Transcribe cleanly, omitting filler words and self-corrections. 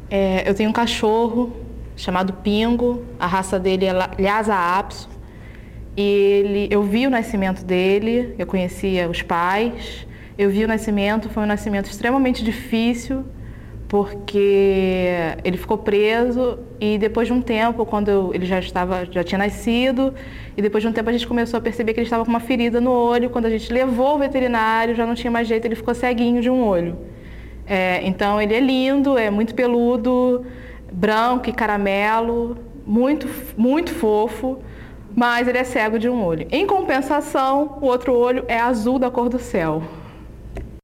Eu tenho um cachorro chamado Pingo, a raça dele é Lhasa Apso. Eu vi o nascimento dele, eu conhecia os pais, eu vi o nascimento, foi um nascimento extremamente difícil, porque ele ficou preso e depois de um tempo, ele já tinha nascido, e depois de um tempo a gente começou a perceber que ele estava com uma ferida no olho. Quando a gente levou o veterinário, já não tinha mais jeito, ele ficou ceguinho de um olho. Então ele é lindo, é muito peludo, branco e caramelo, muito, muito fofo, mas ele é cego de um olho. Em compensação, o outro olho é azul da cor do céu.